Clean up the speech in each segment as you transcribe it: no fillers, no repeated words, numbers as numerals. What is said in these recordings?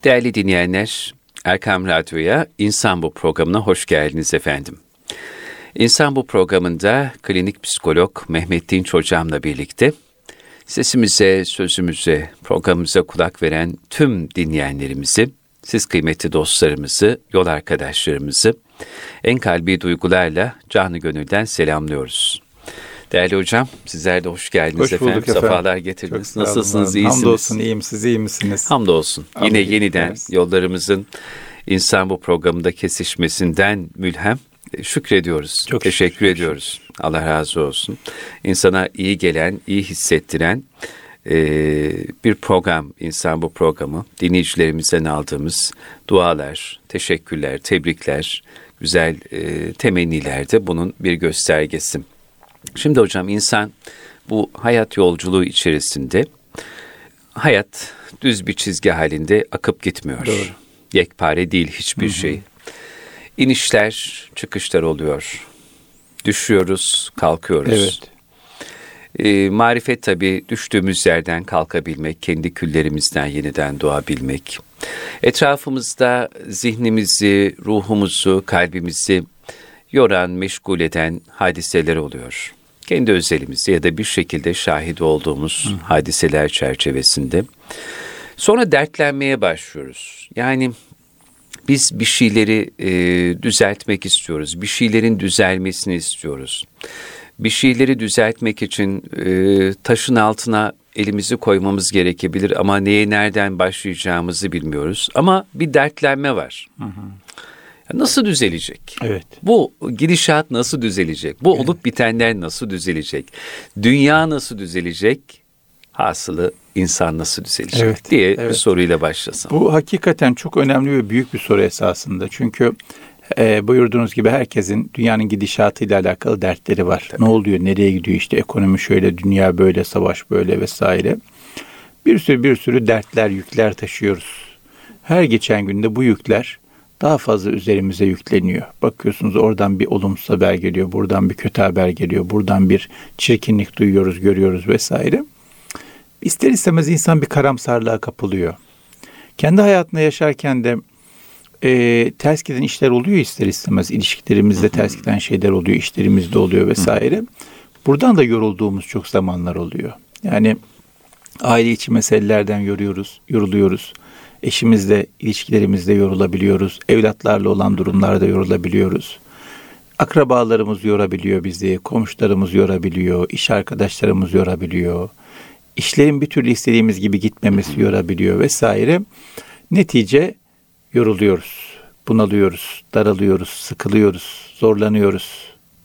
Değerli dinleyenler, Erkam Radyo'ya İnsan Bu programına hoş geldiniz efendim. İnsan Bu programında klinik psikolog Mehmet Dinç hocamla birlikte sesimize, sözümüze, programımıza kulak veren tüm dinleyenlerimizi, siz kıymetli dostlarımızı, yol arkadaşlarımızı en kalbi duygularla canı gönülden selamlıyoruz. Değerli hocam, sizler de hoş geldiniz hoş efendim. Bulduk efendim. Sefalar getirdiniz. Nasılsınız, iyisiniz? Hamdolsun, iyiyim. Siz iyi misiniz? Hamdolsun. Yine yeniden ederiz. Yollarımızın İnsan Bu programında kesişmesinden mülhem şükrediyoruz. Çok teşekkür ediyoruz. Allah razı olsun. İnsana iyi gelen, iyi hissettiren bir program, İnsan Bu programı. Dinleyicilerimizden aldığımız dualar, teşekkürler, tebrikler, güzel temenniler de bunun bir göstergesi. Şimdi hocam, insan bu hayat yolculuğu içerisinde, hayat düz bir çizgi halinde akıp gitmiyor. Doğru. Yekpare değil hiçbir şey. İnişler, çıkışlar oluyor. Düşüyoruz, kalkıyoruz. Evet. Marifet tabii düştüğümüz yerden kalkabilmek, kendi küllerimizden yeniden doğabilmek. Etrafımızda zihnimizi, ruhumuzu, kalbimizi yoran, meşgul eden hadiseler oluyor. Kendi özelimizde ya da bir şekilde şahit olduğumuz hadiseler çerçevesinde. Sonra dertlenmeye başlıyoruz. Yani biz bir şeyleri düzeltmek istiyoruz. Bir şeylerin düzelmesini istiyoruz. Bir şeyleri düzeltmek için taşın altına elimizi koymamız gerekebilir ama neye, nereden başlayacağımızı bilmiyoruz. Ama bir dertlenme var. Nasıl düzelecek? Evet. Bu gidişat nasıl düzelecek? Bu olup bitenler nasıl düzelecek? Dünya nasıl düzelecek? Hasılı insan nasıl düzelecek diye bir soruyla başlasam. Bu hakikaten çok önemli ve büyük bir soru esasında. Çünkü buyurduğunuz gibi herkesin dünyanın gidişatıyla alakalı dertleri var. Tabii. Ne oluyor, nereye gidiyor, işte ekonomi şöyle, dünya böyle, savaş böyle vesaire. Bir sürü dertler, yükler taşıyoruz. Her geçen günde bu yükler daha fazla üzerimize yükleniyor. Bakıyorsunuz oradan bir olumsuz haber geliyor, buradan bir kötü haber geliyor, buradan bir çirkinlik duyuyoruz, görüyoruz vesaire. İster istemez insan bir karamsarlığa kapılıyor. Kendi hayatında yaşarken de ters giden işler oluyor ister istemez. İlişkilerimizde ters giden şeyler oluyor, işlerimizde oluyor vesaire. Buradan da yorulduğumuz çok zamanlar oluyor. Yani aile içi meselelerden yoruluyoruz. Eşimizle, ilişkilerimizde yorulabiliyoruz. Evlatlarla olan durumlarda yorulabiliyoruz. Akrabalarımız yorabiliyor bizi, komşularımız yorabiliyor, iş arkadaşlarımız yorabiliyor. İşlerin bir türlü istediğimiz gibi gitmemesi yorabiliyor vesaire. Netice yoruluyoruz, bunalıyoruz, daralıyoruz, sıkılıyoruz, zorlanıyoruz.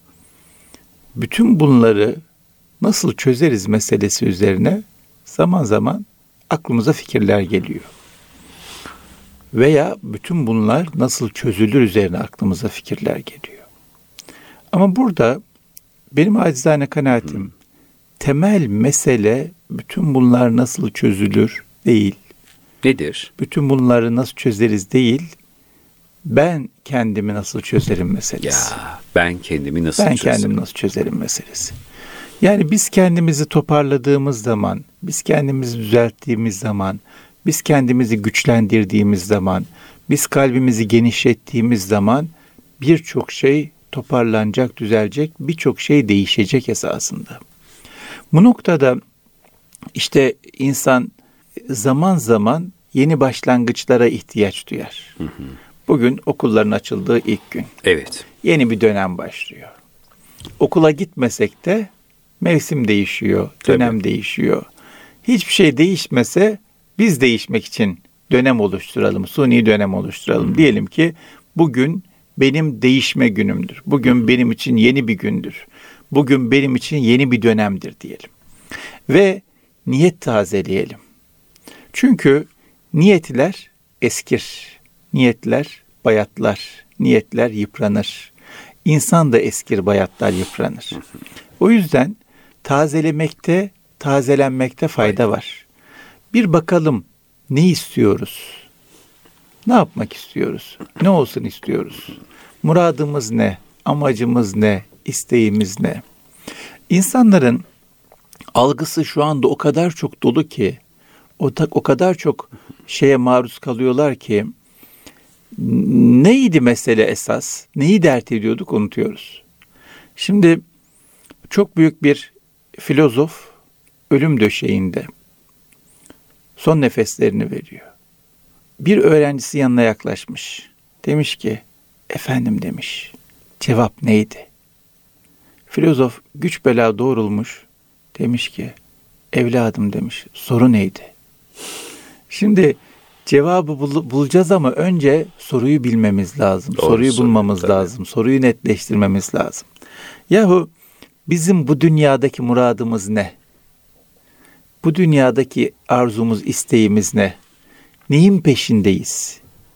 Bütün bunları nasıl çözeriz meselesi üzerine zaman zaman aklımıza fikirler geliyor. Veya bütün bunlar nasıl çözülür üzerine aklımıza fikirler geliyor. Ama burada benim acizane kanaatim, temel mesele bütün bunlar nasıl çözülür değil. Nedir? Bütün bunları nasıl çözeriz değil, ben kendimi nasıl çözerim meselesi. Ben kendimi nasıl çözerim meselesi. Yani biz kendimizi toparladığımız zaman, biz kendimizi düzelttiğimiz zaman, biz kendimizi güçlendirdiğimiz zaman, biz kalbimizi genişlettiğimiz zaman birçok şey toparlanacak, düzelecek, birçok şey değişecek esasında. Bu noktada işte insan zaman zaman yeni başlangıçlara ihtiyaç duyar. Bugün okulların açıldığı ilk gün. Evet. Yeni bir dönem başlıyor. Okula gitmesek de mevsim değişiyor, dönem değişiyor. Hiçbir şey değişmese biz değişmek için dönem oluşturalım, suni dönem oluşturalım. Diyelim ki bugün benim değişme günümdür. Bugün benim için yeni bir gündür. Bugün benim için yeni bir dönemdir diyelim. Ve niyet tazeleyelim. Çünkü niyetler eskir, niyetler bayatlar, niyetler yıpranır. İnsan da eskir, bayatlar, yıpranır. O yüzden tazelenmekte fayda var. Bir bakalım ne istiyoruz? Ne yapmak istiyoruz? Ne olsun istiyoruz? Muradımız ne? Amacımız ne? İsteğimiz ne? İnsanların algısı şu anda o kadar çok dolu ki, O kadar çok şeye maruz kalıyorlar ki neydi mesele esas? Neyi dert ediyorduk unutuyoruz. Şimdi çok büyük bir filozof ölüm döşeğinde son nefeslerini veriyor. Bir öğrencisi yanına yaklaşmış. Demiş ki, efendim demiş, cevap neydi? Filozof güç bela doğrulmuş. Demiş ki, evladım demiş, soru neydi? Şimdi cevabı bulacağız ama önce soruyu bilmemiz lazım. Doğru, soruyu bulmamız lazım. Soruyu netleştirmemiz lazım. Yahu bizim bu dünyadaki muradımız ne? Bu dünyadaki arzumuz, isteğimiz ne? Neyin peşindeyiz?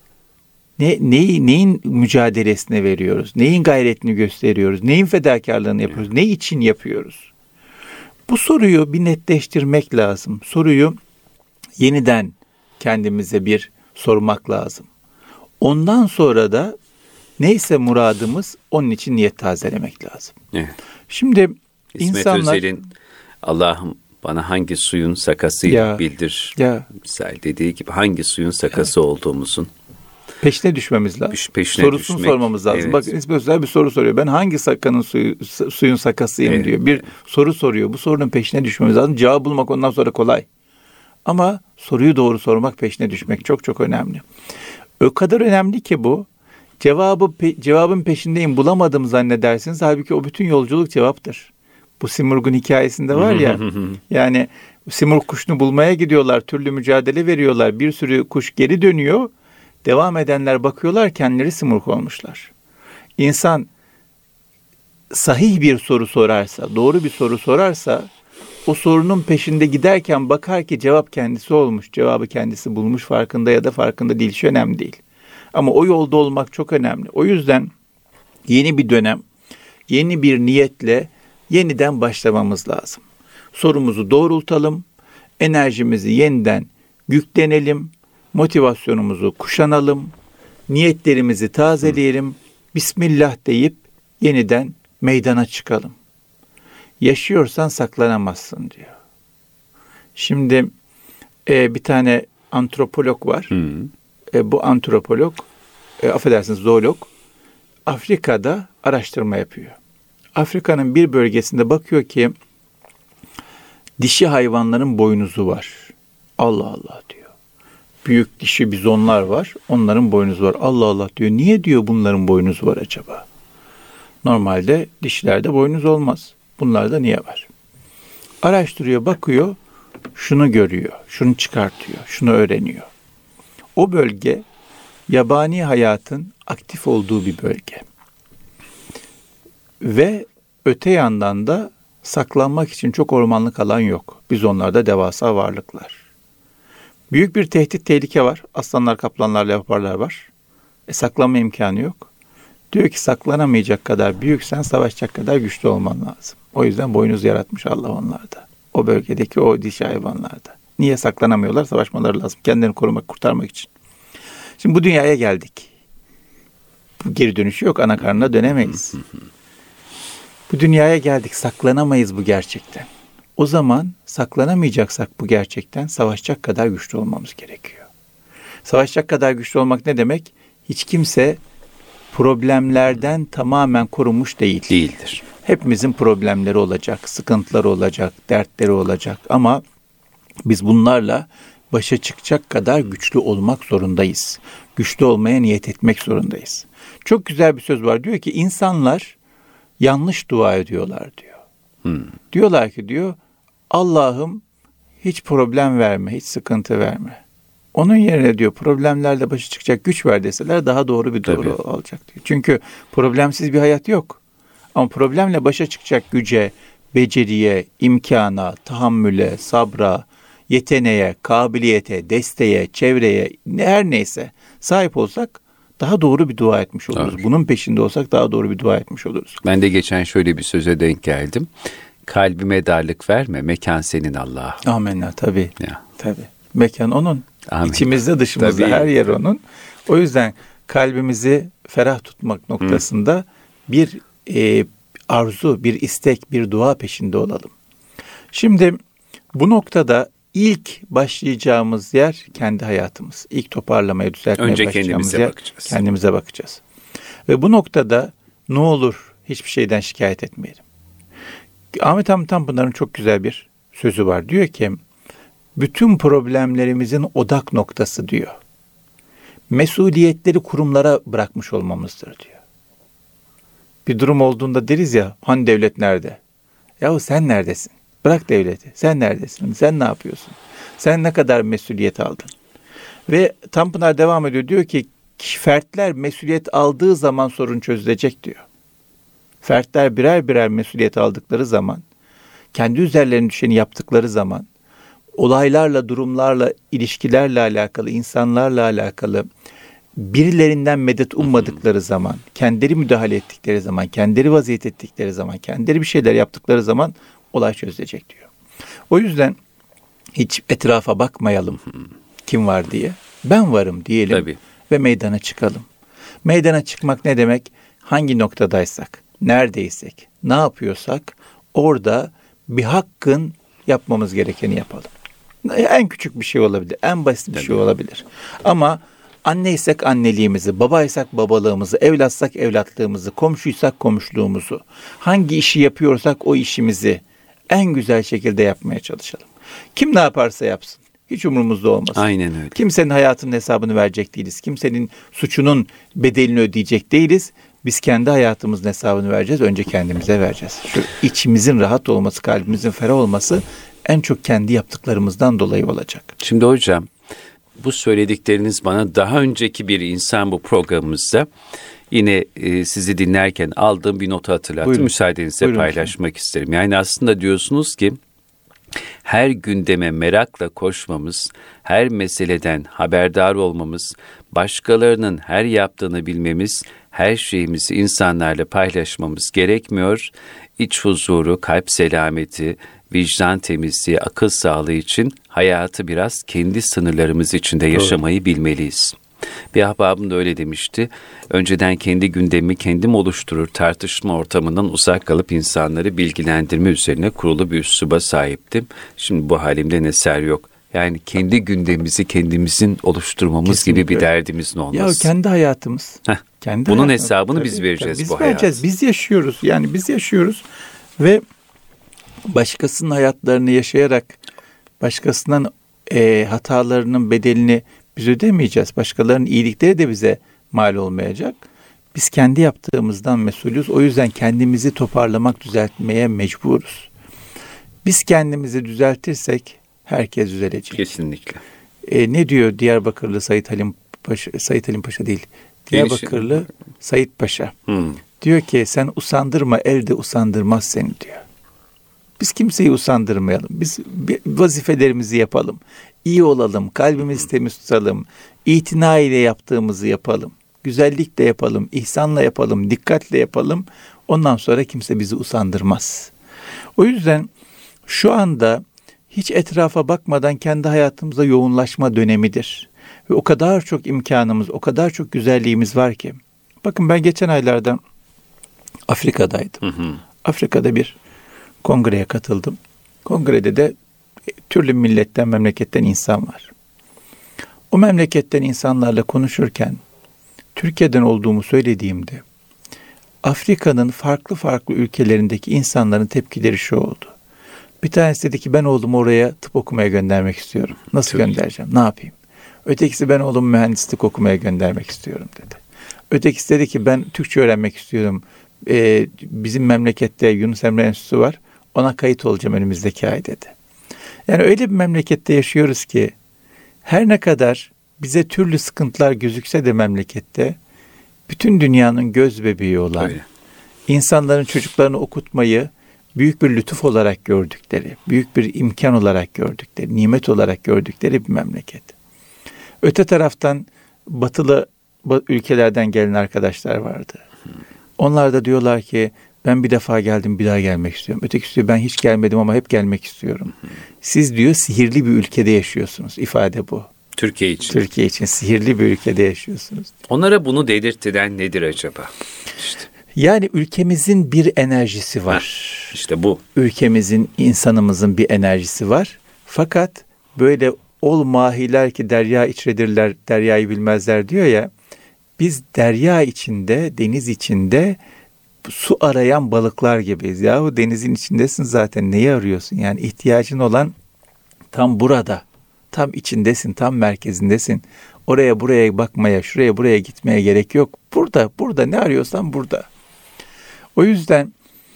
Neyin mücadelesine veriyoruz? Neyin gayretini gösteriyoruz? Neyin fedakarlığını yapıyoruz? Ne için yapıyoruz? Bu soruyu bir netleştirmek lazım. Soruyu yeniden kendimize bir sormak lazım. Ondan sonra da neyse muradımız onun için niyet tazelemek lazım. Evet. Şimdi İsmet insanlar... Özel'in Allah'ım bana hangi suyun sakasıyla bildir. Misal dediği gibi hangi suyun sakası olduğumuzun peşine düşmemiz lazım. Sorusunu sormamız lazım. Evet. Bakın İsmet Özel bir soru soruyor. Ben hangi sakanın suyun sakasıyım diyor. Bir soru soruyor. Bu sorunun peşine düşmemiz lazım. Cevap bulmak ondan sonra kolay. Ama soruyu doğru sormak, peşine düşmek çok çok önemli. O kadar önemli ki bu. Cevabın peşindeyim, bulamadım zannedersiniz. Halbuki o bütün yolculuk cevaptır. Bu Simurg'un hikayesinde var ya. Yani Simurg kuşunu bulmaya gidiyorlar. Türlü mücadele veriyorlar. Bir sürü kuş geri dönüyor. Devam edenler bakıyorlar, kendileri Simurg olmuşlar. İnsan sahih bir soru sorarsa, doğru bir soru sorarsa, o sorunun peşinde giderken bakar ki cevap kendisi olmuş, cevabı kendisi bulmuş, farkında ya da farkında değil. Hiç önemli değil. Ama o yolda olmak çok önemli. O yüzden yeni bir dönem, yeni bir niyetle yeniden başlamamız lazım. Sorumuzu doğrultalım, enerjimizi yeniden yüklenelim, motivasyonumuzu kuşanalım, niyetlerimizi tazeleyelim, Bismillah deyip yeniden meydana çıkalım. Yaşıyorsan saklanamazsın diyor. Şimdi bir tane antropolog var. Bu antropolog, affedersiniz zoolog, Afrika'da araştırma yapıyor. Afrika'nın bir bölgesinde bakıyor ki dişi hayvanların boynuzu var. Allah Allah diyor. Büyük dişi bizonlar var. Onların boynuzu var. Allah Allah diyor. Niye diyor bunların boynuzu var acaba? Normalde dişilerde boynuz olmaz. Bunlarda niye var? Araştırıyor, bakıyor. Şunu görüyor. Şunu çıkartıyor. Şunu öğreniyor. O bölge yabani hayatın aktif olduğu bir bölge. Ve öte yandan da saklanmak için çok ormanlık alan yok. Bizonlarda devasa varlıklar. Büyük bir tehlike var. Aslanlar, kaplanlar, leoparlar var. Saklanma imkanı yok. Diyor ki saklanamayacak kadar büyüksen savaşacak kadar güçlü olman lazım. O yüzden boynuz yaratmış Allah onlarda. O bölgedeki o dişi hayvanlarda. Niye saklanamıyorlar? Savaşmaları lazım. Kendilerini korumak, kurtarmak için. Şimdi bu dünyaya geldik. Bu geri dönüşü yok. Ana karnına dönemeyiz. Bu dünyaya geldik. Saklanamayız bu gerçekten. O zaman saklanamayacaksak bu gerçekten savaşacak kadar güçlü olmamız gerekiyor. Savaşacak kadar güçlü olmak ne demek? Hiç kimse problemlerden tamamen korunmuş değildir. Hepimizin problemleri olacak, sıkıntıları olacak, dertleri olacak ama biz bunlarla başa çıkacak kadar güçlü olmak zorundayız. Güçlü olmaya niyet etmek zorundayız. Çok güzel bir söz var. Diyor ki insanlar yanlış dua ediyorlar diyor. Diyorlar ki diyor Allah'ım hiç problem verme, hiç sıkıntı verme. Onun yerine diyor problemlerle başa çıkacak güç ver deseler daha doğru bir doğru olacak diyor. Çünkü problemsiz bir hayat yok. Ama problemle başa çıkacak güce, beceriye, imkana, tahammüle, sabra, yeteneğe, kabiliyete, desteğe, çevreye, her neyse sahip olsak daha doğru bir dua etmiş oluruz. Doğru. Bunun peşinde olsak daha doğru bir dua etmiş oluruz. Ben de geçen şöyle bir söze denk geldim. Kalbime darlık verme, mekan senin Allah'ım. Amenna tabii. Ya. Tabii. Mekan onun. Amin. İçimizde dışımızda tabii. Her yer onun. O yüzden kalbimizi ferah tutmak noktasında bir arzu, bir istek, bir dua peşinde olalım. Şimdi bu noktada ilk başlayacağımız yer kendi hayatımız. İlk toparlamaya, düzeltmeye önce başlayacağımız kendimize yer bakacağız. kendimize bakacağız. Ve bu noktada ne olur hiçbir şeyden şikayet etmeyelim. Ahmet Hamdi Tanpınar'ın çok güzel bir sözü var. Diyor ki, bütün problemlerimizin odak noktası diyor, mesuliyetleri kurumlara bırakmış olmamızdır diyor. Bir durum olduğunda deriz ya, hani devlet nerede? Yahu sen neredesin? Bırak devleti. Sen neredesin? Sen ne yapıyorsun? Sen ne kadar mesuliyet aldın? Ve Tanpınar devam ediyor. Diyor ki, fertler mesuliyet aldığı zaman sorun çözülecek diyor. Fertler birer birer mesuliyet aldıkları zaman, kendi üzerlerine düşeni yaptıkları zaman, olaylarla, durumlarla, ilişkilerle alakalı, insanlarla alakalı birilerinden medet ummadıkları zaman, kendileri müdahale ettikleri zaman, kendileri vaziyet ettikleri zaman, kendileri bir şeyler yaptıkları zaman olay çözülecek diyor. O yüzden hiç etrafa bakmayalım kim var diye. Ben varım diyelim. Tabii. Ve meydana çıkalım. Meydana çıkmak ne demek? Hangi noktadaysak, neredeysek, ne yapıyorsak orada bir hakkın yapmamız gerekeni yapalım. En küçük bir şey olabilir, en basit bir şey olabilir. Ama anneysek anneliğimizi, babaysak babalığımızı, evlatsak evlatlığımızı, komşuysak komşuluğumuzu, hangi işi yapıyorsak o işimizi en güzel şekilde yapmaya çalışalım. Kim ne yaparsa yapsın, hiç umurumuzda olmasın. Aynen öyle. Kimsenin hayatının hesabını verecek değiliz. Kimsenin suçunun bedelini ödeyecek değiliz. Biz kendi hayatımızın hesabını vereceğiz. Önce kendimize vereceğiz. Şu içimizin rahat olması, kalbimizin ferah olması en çok kendi yaptıklarımızdan dolayı olacak. Şimdi hocam, bu söyledikleriniz bana daha önceki bir insan bu programımızda yine sizi dinlerken aldığım bir notu hatırlattı. Buyurun. Müsaadenizle Buyurun paylaşmak isterim. Yani aslında diyorsunuz ki her gündeme merakla koşmamız, her meseleden haberdar olmamız, başkalarının her yaptığını bilmemiz, her şeyimizi insanlarla paylaşmamız gerekmiyor. İç huzuru, kalp selameti, vicdan temizliği, akıl sağlığı için hayatı biraz kendi sınırlarımız içinde yaşamayı bilmeliyiz. Bir ahbabım da öyle demişti. Önceden kendi gündemimi kendim oluşturur, tartışma ortamından uzak kalıp insanları bilgilendirme üzerine kurulu bir üsluba sahiptim. Şimdi bu halimden eser yok. Yani kendi gündemimizi kendimizin oluşturmamız Kesinlikle. gibi bir derdimizin olmaz. Ya kendi hayatımız. Kendi Bunun hayatımız. hesabını Tabii, biz vereceğiz biz bu vereceğiz. hayat. Biz yaşıyoruz. Yani biz yaşıyoruz ve başkasının hayatlarını yaşayarak başkasının hatalarının bedelini biz ödemeyeceğiz. Başkalarının iyilikleri de bize mal olmayacak. Biz kendi yaptığımızdan mesulüz. O yüzden kendimizi toparlamak, düzeltmeye mecburuz. Biz kendimizi düzeltirsek herkes düzelecek. Kesinlikle. Ne diyor Diyarbakırlı Sait Halim Paşa değil. Diyarbakırlı Sait Paşa. Diyor ki, sen usandırma, elde usandırmaz seni diyor. Biz kimseyi usandırmayalım. Biz vazifelerimizi yapalım. İyi olalım, kalbimizi temiz tutalım. İtina ile yaptığımızı yapalım. Güzellikle yapalım, ihsanla yapalım, dikkatle yapalım. Ondan sonra kimse bizi usandırmaz. O yüzden şu anda hiç etrafa bakmadan kendi hayatımıza yoğunlaşma dönemidir. Ve o kadar çok imkanımız, o kadar çok güzelliğimiz var ki. Bakın, ben geçen aylarda Afrika'daydım. Afrika'da bir kongreye katıldım. Kongrede de türlü milletten, memleketten insan var. O memleketten insanlarla konuşurken Türkiye'den olduğumu söylediğimde Afrika'nın farklı farklı ülkelerindeki insanların tepkileri şu oldu. Bir tanesi dedi ki, ben oğlumu oraya tıp okumaya göndermek istiyorum. Nasıl göndereceğim? Ne yapayım? Ötekisi, ben oğlumu mühendislik okumaya göndermek istiyorum dedi. Ötekisi dedi ki, ben Türkçe öğrenmek istiyorum. Bizim memlekette Yunus Emre Enstitüsü var. Ona kayıt olacağım önümüzdeki ay dedi. Yani öyle bir memlekette yaşıyoruz ki her ne kadar bize türlü sıkıntılar gözükse de memlekette bütün dünyanın göz bebeği olan, insanların çocuklarını okutmayı büyük bir lütuf olarak gördükleri, büyük bir imkan olarak gördükleri, nimet olarak gördükleri bir memleket. Öte taraftan batılı ülkelerden gelen arkadaşlar vardı. Onlar da diyorlar ki, ben bir defa geldim, bir daha gelmek istiyorum. Ötekisi diyor, ben hiç gelmedim ama hep gelmek istiyorum. Siz diyor sihirli bir ülkede yaşıyorsunuz. İfade bu. Türkiye için. Türkiye için sihirli bir ülkede yaşıyorsunuz. Onlara bunu dedirten nedir acaba? İşte. Yani ülkemizin bir enerjisi var. İşte bu. Ülkemizin, insanımızın bir enerjisi var. Fakat böyle ol mahiler ki derya içredirler, deryayı bilmezler diyor ya. Biz derya içinde, deniz içinde su arayan balıklar gibiyiz. Yahu denizin içindesin zaten, neyi arıyorsun? Yani ihtiyacın olan tam burada, tam içindesin, tam merkezindesin. Oraya buraya bakmaya, şuraya buraya gitmeye gerek yok. Burada ne arıyorsan burada. O yüzden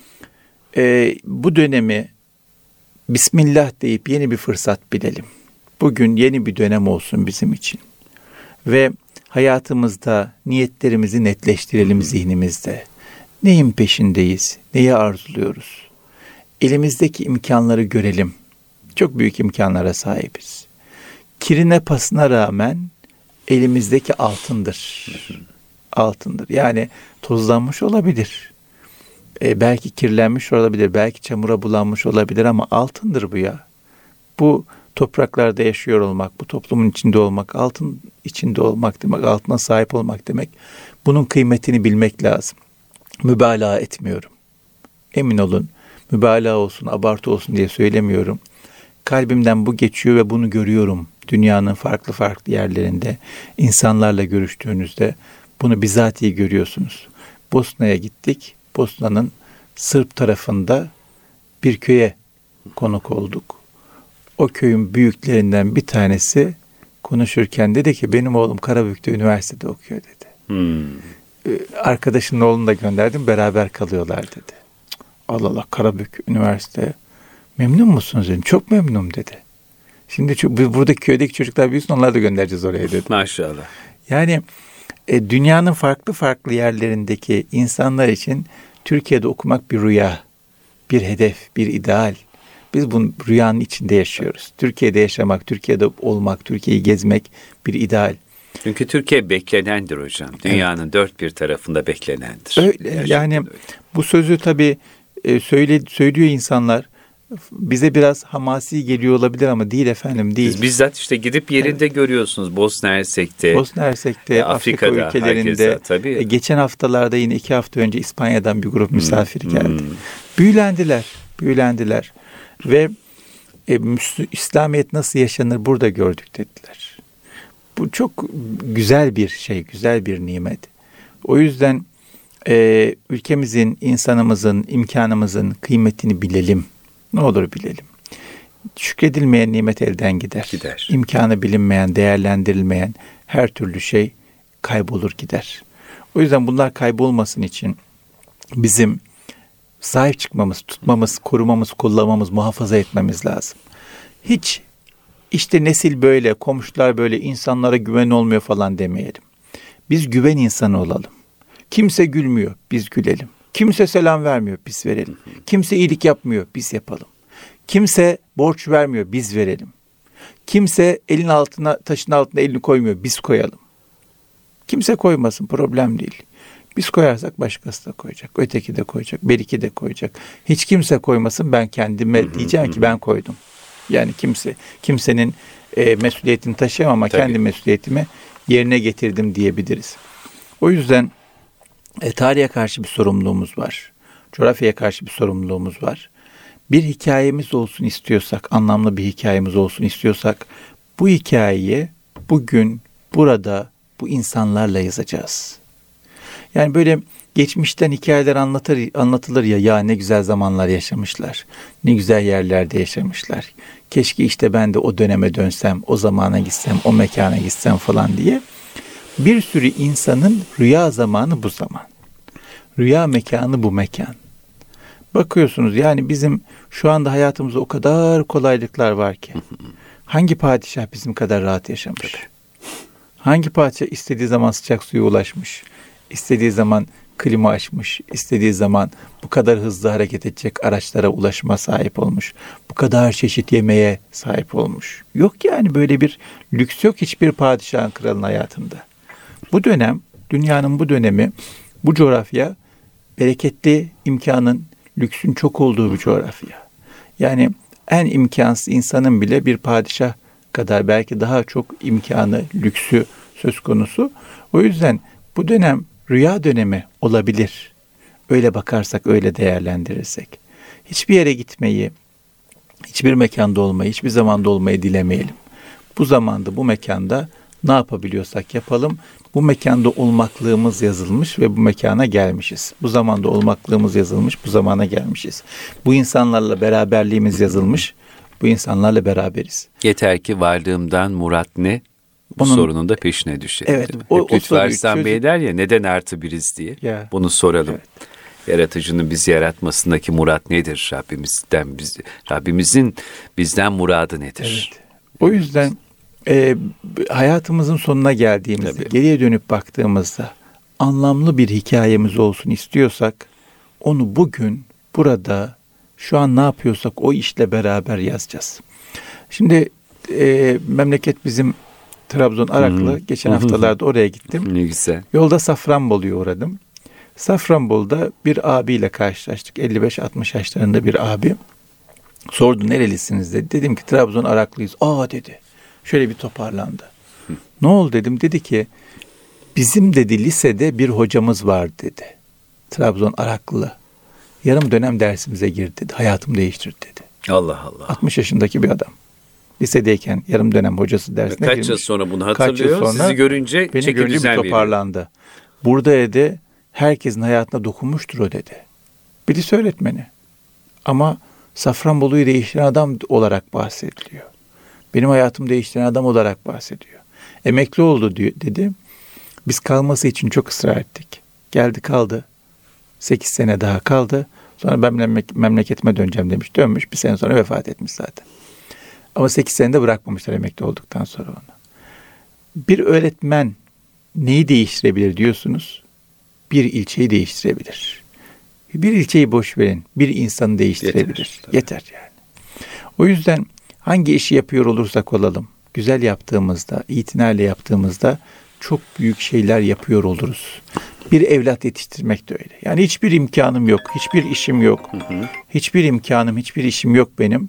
bu dönemi Bismillah deyip yeni bir fırsat bilelim. Bugün yeni bir dönem olsun bizim için. Ve hayatımızda niyetlerimizi netleştirelim zihnimizde. Neyin peşindeyiz? Neyi arzuluyoruz? Elimizdeki imkanları görelim. Çok büyük imkanlara sahibiz. Kirine pasına rağmen elimizdeki altındır. Altındır. Yani tozlanmış olabilir. Belki kirlenmiş olabilir. Belki çamura bulanmış olabilir ama altındır bu ya. Bu topraklarda yaşıyor olmak, bu toplumun içinde olmak, altın içinde olmak demek, altına sahip olmak demek. Bunun kıymetini bilmek lazım. Mübalağa etmiyorum. Emin olun, mübalağa olsun, abartı olsun diye söylemiyorum. Kalbimden bu geçiyor ve bunu görüyorum. Dünyanın farklı farklı yerlerinde, insanlarla görüştüğünüzde bunu bizatihi görüyorsunuz. Bosna'ya gittik. Bosna'nın Sırp tarafında bir köye konuk olduk. O köyün büyüklerinden bir tanesi konuşurken dedi ki benim oğlum Karabük'te üniversitede okuyor dedi. Arkadaşının oğlunu da gönderdim, beraber kalıyorlar dedi. Allah Allah, Karabük üniversite, memnun musunuz dedim. Çok memnunum dedi. Şimdi buradaki köydeki çocuklar büyüsün, onları da göndereceğiz oraya dedi. Maşallah. Yani dünyanın farklı farklı yerlerindeki insanlar için Türkiye'de okumak bir rüya, bir hedef, bir ideal. Biz bu rüyanın içinde yaşıyoruz. Türkiye'de yaşamak, Türkiye'de olmak, Türkiye'yi gezmek bir ideal. Çünkü Türkiye beklenendir hocam. Dünyanın dört bir tarafında beklenendir. Öyle, yani öyle. Bu sözü tabii söylüyor insanlar. Bize biraz hamasi geliyor olabilir ama değil efendim, değil. Siz bizzat işte gidip yerinde görüyorsunuz Bosna Hersek'te, Afrika ülkelerinde. Herkese, tabii. Geçen haftalarda yine 2 hafta önce İspanya'dan bir grup misafir geldi. Büyülendiler. Ve İslamiyet nasıl yaşanır burada gördük dediler. Bu çok güzel bir şey, güzel bir nimet. O yüzden ülkemizin, insanımızın, imkanımızın kıymetini bilelim. Ne olur bilelim. Şükredilmeyen nimet elden gider. İmkanı bilinmeyen, değerlendirilmeyen her türlü şey kaybolur gider. O yüzden bunlar kaybolmasın için bizim sahip çıkmamız, tutmamız, korumamız, kullanmamız, muhafaza etmemiz lazım. Hiç işte nesil böyle, komşular böyle, insanlara güven olmuyor falan demeyelim. Biz güven insanı olalım. Kimse gülmüyor, biz gülelim. Kimse selam vermiyor, biz verelim. Kimse iyilik yapmıyor, biz yapalım. Kimse borç vermiyor, biz verelim. Kimse elin altına, taşın altına elini koymuyor, biz koyalım. Kimse koymasın, problem değil. Biz koyarsak başkası da koyacak, öteki de koyacak, beriki de koyacak. Hiç kimse koymasın, ben kendime diyeceğim ki ben koydum. Yani kimsenin mesuliyetini taşıyamam ama kendi mesuliyetimi yerine getirdim diyebiliriz. O yüzden tarihe karşı bir sorumluluğumuz var. Coğrafyaya karşı bir sorumluluğumuz var. Bir hikayemiz olsun istiyorsak, anlamlı bir hikayemiz olsun istiyorsak, bu hikayeyi bugün, burada, bu insanlarla yazacağız. Yani böyle geçmişten hikayeler anlatılır ya ne güzel zamanlar yaşamışlar, ne güzel yerlerde yaşamışlar. Keşke işte ben de o döneme dönsem, o zamana gitsem, o mekana gitsem falan diye. Bir sürü insanın rüya zamanı bu zaman. Rüya mekanı bu mekan. Bakıyorsunuz yani bizim şu anda hayatımızda o kadar kolaylıklar var ki. Hangi padişah bizim kadar rahat yaşamış? Hangi padişah istediği zaman sıcak suya ulaşmış? İstediği zaman klima açmış, istediği zaman bu kadar hızlı hareket edecek araçlara ulaşma sahip olmuş. Bu kadar çeşit yemeğe sahip olmuş. Yok yani böyle bir lüks yok hiçbir padişahın, kralın hayatında. Bu dönem, dünyanın bu dönemi, bu coğrafya bereketli, imkanın, lüksün çok olduğu bir coğrafya. Yani en imkansız insanın bile bir padişah kadar belki daha çok imkanı, lüksü söz konusu. O yüzden bu dönem rüya dönemi olabilir. Öyle bakarsak, öyle değerlendirirsek. Hiçbir yere gitmeyi, hiçbir mekanda olmayı, hiçbir zamanda olmayı dilemeyelim. Bu zamanda, bu mekanda ne yapabiliyorsak yapalım. Bu mekanda olmaklığımız yazılmış ve bu mekana gelmişiz. Bu zamanda olmaklığımız yazılmış, bu zamana gelmişiz. Bu insanlarla beraberliğimiz yazılmış, bu insanlarla beraberiz. Yeter ki varlığımdan murat ne? Bu sorunun da peşine düşelim. Evet. Lütfü Arslan Bey der ya, neden artı biriz diye. Ya. Bunu soralım. Evet. Yaratıcının bizi yaratmasındaki murat nedir? Rabbimizin bizden muradı nedir? Evet. O yüzden hayatımızın sonuna geldiğimizde, geriye dönüp baktığımızda anlamlı bir hikayemiz olsun istiyorsak, onu bugün, burada, şu an ne yapıyorsak o işle beraber yazacağız. Şimdi memleket bizim Trabzon Araklı. Geçen haftalarda oraya gittim. Ne güzel. Yolda Safranbolu'ya uğradım. Safranbolu'da bir abiyle karşılaştık. 55-60 yaşlarında bir abi. Sordu, nerelisiniz dedi. Dedim ki Trabzon Araklıyız. Aa dedi. Şöyle bir toparlandı. Ne oldu dedim. Dedi ki bizim dedi lisede bir hocamız var dedi. Trabzon Araklı. Yarım dönem dersimize girdi dedi. Hayatımı değiştirdi dedi. Allah Allah. 60 yaşındaki bir adam. Lisedeyken yarım dönem hocası dersine girmiş. Kaç yıl sonra bunu hatırlıyor? Sizi görünce beni görünce bir toparlandı. Veriyor. Burada dedi herkesin hayatına dokunmuştur o dedi. Birisi öğretmeni. Ama Safranbolu'yu değiştiren adam olarak bahsediliyor. Benim hayatımı değiştiren adam olarak bahsediyor. Emekli oldu diyor, dedi. Biz kalması için çok ısrar ettik. Geldi kaldı. 8 sene daha kaldı. Sonra ben memleketime döneceğim demiş. Dönmüş. Bir sene sonra vefat etmiş zaten. Ama 8 senede bırakmamışlar emekli olduktan sonra onu. Bir öğretmen neyi değiştirebilir diyorsunuz? Bir ilçeyi değiştirebilir. Bir ilçeyi boş verin. Bir insanı değiştirebilir. Yeter yani. O yüzden hangi işi yapıyor olursak olalım, güzel yaptığımızda, itinayla yaptığımızda çok büyük şeyler yapıyor oluruz. Bir evlat yetiştirmek de öyle. Yani hiçbir imkanım yok, hiçbir işim yok. Hiçbir imkanım, hiçbir işim yok benim.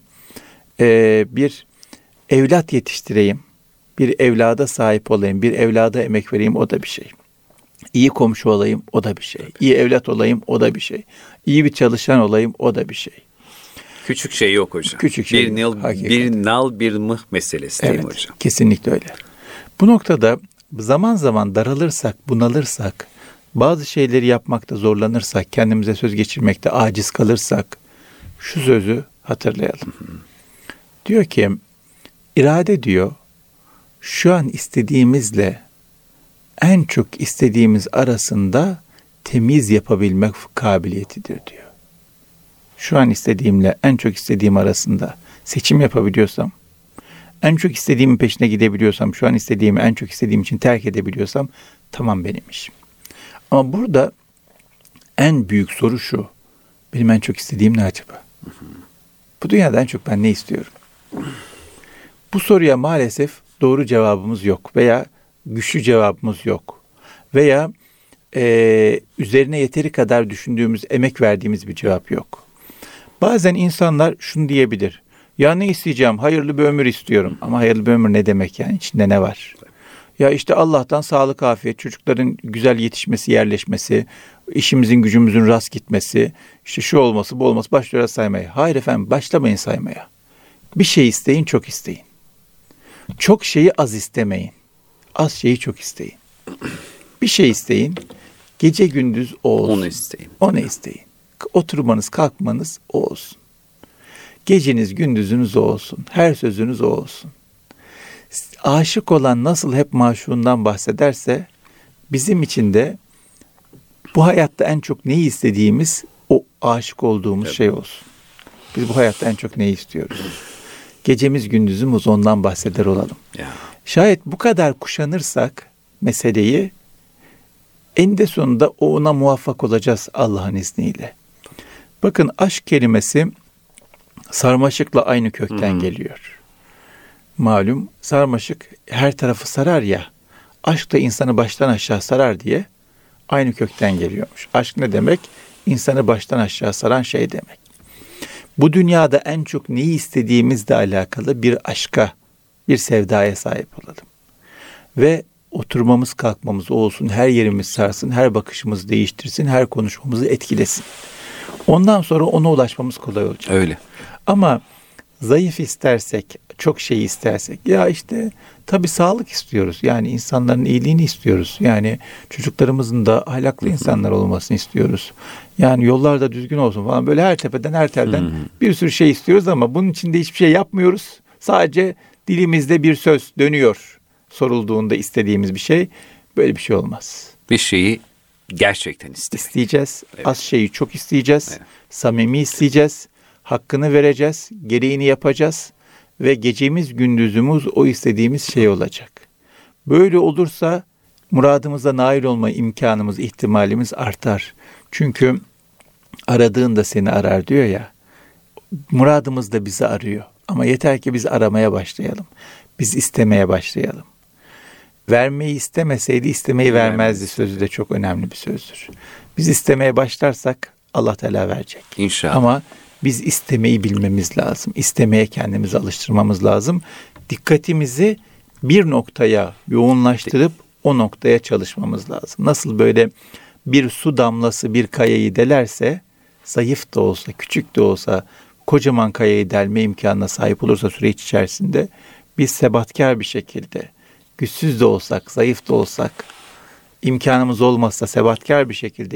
Bir evlat yetiştireyim, bir evlada sahip olayım, bir evlada emek vereyim, o da bir şey. İyi komşu olayım, o da bir şey. İyi evlat olayım, o da bir şey. İyi bir çalışan olayım, o da bir şey. Küçük şey yok hocam. Küçük şey bir nal bir mıh meselesi değil mi hocam? Kesinlikle öyle. Bu noktada zaman zaman daralırsak, bunalırsak, bazı şeyleri yapmakta zorlanırsak, kendimize söz geçirmekte aciz kalırsak, şu sözü hatırlayalım. Diyor ki, irade diyor, şu an istediğimizle en çok istediğimiz arasında temiz yapabilmek kabiliyetidir diyor. Şu an istediğimle en çok istediğim arasında seçim yapabiliyorsam, en çok istediğimin peşine gidebiliyorsam, şu an istediğimi en çok istediğim için terk edebiliyorsam, tamam benim işim. Ama burada en büyük soru şu, benim en çok istediğim ne acaba? Bu dünyada en çok ben ne istiyorum? Bu soruya maalesef doğru cevabımız yok veya güçlü cevabımız yok. Veya üzerine yeteri kadar düşündüğümüz, emek verdiğimiz bir cevap yok. Bazen insanlar şunu diyebilir. Ya ne isteyeceğim? Hayırlı bir ömür istiyorum. Ama hayırlı bir ömür ne demek yani? İçinde ne var? Ya işte Allah'tan sağlık, afiyet, çocukların güzel yetişmesi, yerleşmesi, işimizin, gücümüzün rast gitmesi, işte şu olması, bu olması, başlıyoruz saymaya. Hayır efendim, başlamayın saymaya. Bir şey isteyin, çok isteyin. Çok şeyi az istemeyin. Az şeyi çok isteyin. Bir şey isteyin, gece gündüz o olsun. Onu isteyin. Onu isteyin. Oturmanız, kalkmanız o olsun. Geceniz, gündüzünüz o olsun. Her sözünüz o olsun. Aşık olan nasıl hep maşuğundan bahsederse, bizim için de bu hayatta en çok neyi istediğimiz o aşık olduğumuz şey olsun. Biz bu hayatta en çok neyi istiyoruz? Gecemiz, gündüzümüz ondan bahseder olalım. Şayet bu kadar kuşanırsak meseleyi, eninde sonunda ona muvaffak olacağız Allah'ın izniyle. Bakın, aşk kelimesi sarmaşıkla aynı kökten geliyor. Malum sarmaşık her tarafı sarar ya, aşk da insanı baştan aşağı sarar diye aynı kökten geliyormuş. Aşk ne demek? İnsanı baştan aşağı saran şey demek. Bu dünyada en çok neyi istediğimizle alakalı bir aşka, bir sevdaya sahip olalım. Ve oturmamız, kalkmamız olsun, her yerimiz sarsın, her bakışımızı değiştirsin, her konuşmamızı etkilesin. Ondan sonra ona ulaşmamız kolay olacak. Öyle. Ama Zayıf istersek, çok şey istersek, ya işte tabii sağlık istiyoruz. Yani insanların iyiliğini istiyoruz. Yani çocuklarımızın da ahlaklı insanlar olmasını istiyoruz. Yani yollar da düzgün olsun falan. Böyle her tepeden her telden bir sürü şey istiyoruz ama bunun için de hiçbir şey yapmıyoruz. Sadece dilimizde bir söz dönüyor sorulduğunda istediğimiz bir şey. Böyle bir şey olmaz. Bir şeyi gerçekten isteyeceğiz. Evet. Az şeyi çok isteyeceğiz. Evet. Samimi isteyeceğiz. Hakkını vereceğiz. Gereğini yapacağız. Ve gecemiz gündüzümüz o istediğimiz şey olacak. Böyle olursa muradımıza nail olma imkanımız, ihtimalimiz artar. Çünkü aradığın da seni arar diyor ya. Muradımız da bizi arıyor. Ama yeter ki biz aramaya başlayalım. Biz istemeye başlayalım. Vermeyi istemeseydi istemeyi vermezdi sözü de çok önemli bir sözdür. Biz istemeye başlarsak Allah Teala verecek. İnşallah. Ama biz istemeyi bilmemiz lazım. İstemeye kendimizi alıştırmamız lazım. Dikkatimizi bir noktaya yoğunlaştırıp o noktaya çalışmamız lazım. Nasıl böyle bir su damlası bir kayayı delerse, zayıf da olsa, küçük de olsa kocaman kayayı delme imkanına sahip olursa süreç içerisinde biz sebatkar bir şekilde, güçsüz de olsak, zayıf da olsak, imkanımız olmazsa sebatkar bir şekilde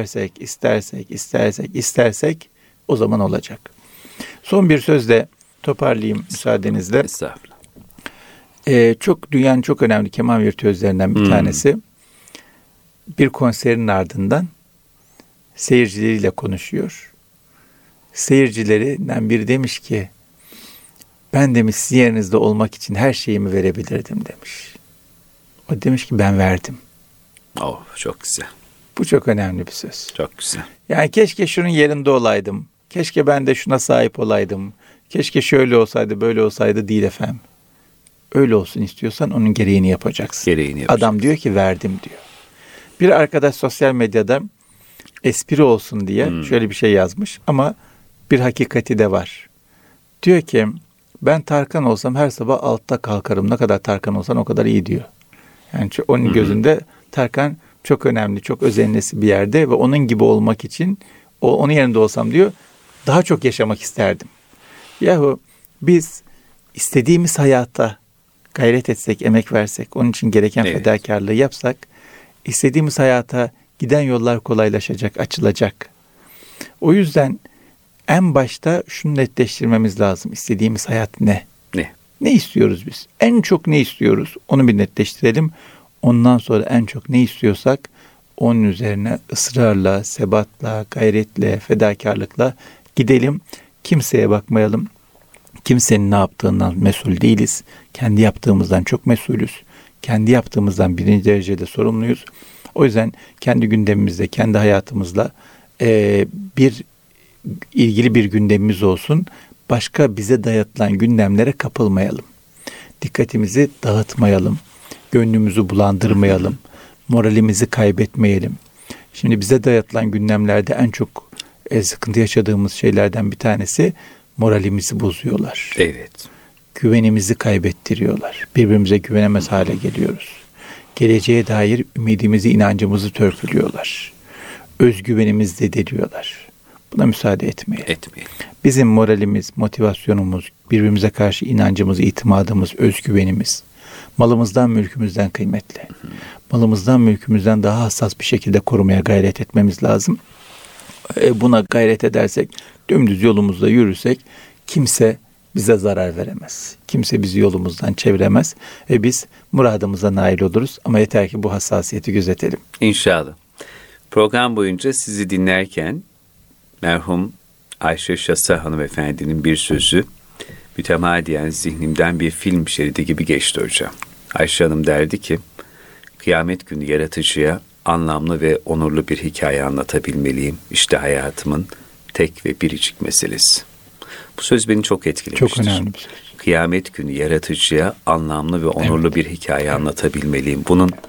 istersek o zaman olacak. Son bir sözle toparlayayım müsaadenizle. Estağfurullah. Dünyanın çok önemli keman virtüözlerinden bir tanesi. Bir konserin ardından seyircileriyle konuşuyor. Seyircilerinden biri demiş ki, ben demiş sizin yerinizde olmak için her şeyimi verebilirdim demiş. O demiş ki ben verdim. Oh, çok güzel. Bu çok önemli bir söz. Çok güzel. Yani keşke şunun yerinde olaydım. Keşke ben de şuna sahip olaydım. Keşke şöyle olsaydı, böyle olsaydı değil efendim. Öyle olsun istiyorsan onun gereğini yapacaksın. Adam diyor ki verdim diyor. Bir arkadaş sosyal medyada espri olsun diye şöyle bir şey yazmış ama bir hakikati de var. Diyor ki ben Tarkan olsam her sabah 6'da kalkarım. Ne kadar Tarkan olsan o kadar iyi diyor. Yani onun gözünde Tarkan çok önemli, çok özenlisi bir yerde ve onun gibi olmak için onun yerinde olsam diyor daha çok yaşamak isterdim. Yahu biz istediğimiz hayata gayret etsek, emek versek, onun için gereken fedakarlığı yapsak, istediğimiz hayata giden yollar kolaylaşacak, açılacak. O yüzden en başta şunu netleştirmemiz lazım. İstediğimiz hayat ne? Ne istiyoruz biz? En çok ne istiyoruz? Onu bir netleştirelim. Ondan sonra en çok ne istiyorsak onun üzerine ısrarla, sebatla, gayretle, fedakarlıkla gidelim. Kimseye bakmayalım. Kimsenin ne yaptığından mesul değiliz. Kendi yaptığımızdan çok mesulüz. Kendi yaptığımızdan birinci derecede sorumluyuz. O yüzden kendi gündemimizde, kendi hayatımızla ilgili bir gündemimiz olsun. Başka bize dayatılan gündemlere kapılmayalım. Dikkatimizi dağıtmayalım. Gönlümüzü bulandırmayalım. Moralimizi kaybetmeyelim. Şimdi bize dayatılan gündemlerde en çok sıkıntı yaşadığımız şeylerden bir tanesi moralimizi bozuyorlar. Evet. Güvenimizi kaybettiriyorlar. Birbirimize güvenemez hale geliyoruz. Geleceğe dair ümidimizi, inancımızı törpülüyorlar. Özgüvenimizi zedeliyorlar. Buna müsaade etmeyelim. Bizim moralimiz, motivasyonumuz, birbirimize karşı inancımız, itimadımız, özgüvenimiz, malımızdan, mülkümüzden kıymetli. Malımızdan, mülkümüzden daha hassas bir şekilde korumaya gayret etmemiz lazım. Buna gayret edersek, dümdüz yolumuzda yürürsek kimse bize zarar veremez. Kimse bizi yolumuzdan çeviremez ve biz muradımıza nail oluruz. Ama yeter ki bu hassasiyeti gözetelim. İnşallah. Program boyunca sizi dinlerken merhum Ayşe Şasa hanımefendinin bir sözü mütemadiyen zihnimden bir film şeridi gibi geçti hocam. Ayşe Hanım derdi ki, kıyamet günü yaratıcıya anlamlı ve onurlu bir hikaye anlatabilmeliyim. İşte hayatımın tek ve biricik meselesi. Bu söz beni çok etkilemiştir. Çok önemli bir söz. Kıyamet günü yaratıcıya anlamlı ve onurlu bir hikaye anlatabilmeliyim. Bunun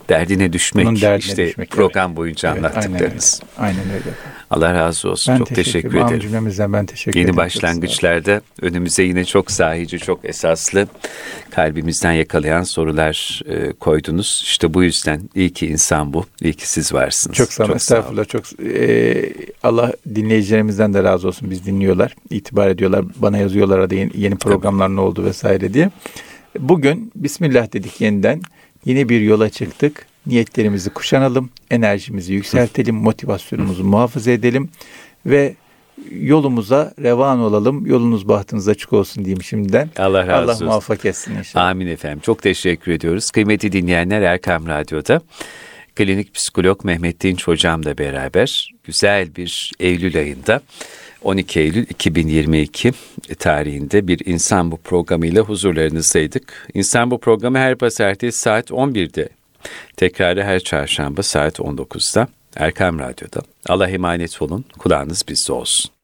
derdine düşmek. Bunun derdine işte düşmek, program boyunca anlattıklarınız. Aynen öyle. Allah razı olsun. Ben çok teşekkür ederim. Cümlemizden ben teşekkür ederim. Yeni başlangıçlarda önümüze yine çok sahici, çok esaslı, kalbimizden yakalayan sorular koydunuz. İşte bu yüzden iyi ki insan bu, iyi ki siz varsınız. Çok sağ olun. Estağfurullah. Çok Allah dinleyicilerimizden de razı olsun. Biz dinliyorlar, itibar ediyorlar, bana yazıyorlar arada yeni programlar ne oldu vesaire diye. Bugün Bismillah dedik yeniden. Yeni bir yola çıktık. Niyetlerimizi kuşanalım, enerjimizi yükseltelim, motivasyonumuzu muhafaza edelim ve yolumuza revan olalım. Yolunuz bahtınız açık olsun diyeyim şimdiden. Allah razı olsun. Allah muvaffak etsin inşallah. Amin efendim. Çok teşekkür ediyoruz. Kıymetli dinleyenler, Erkam Radyo'da klinik psikolog Mehmet Dinç hocamla beraber güzel bir Eylül ayında 12 Eylül 2022 tarihinde bir İnsan Bu programıyla huzurlarınızdaydık. İnsan Bu programı her pazartesi saat 11'de, tekrarı her çarşamba saat 19'da Erkam Radyo'da. Allah'a emanet olun, kulağınız bizde olsun.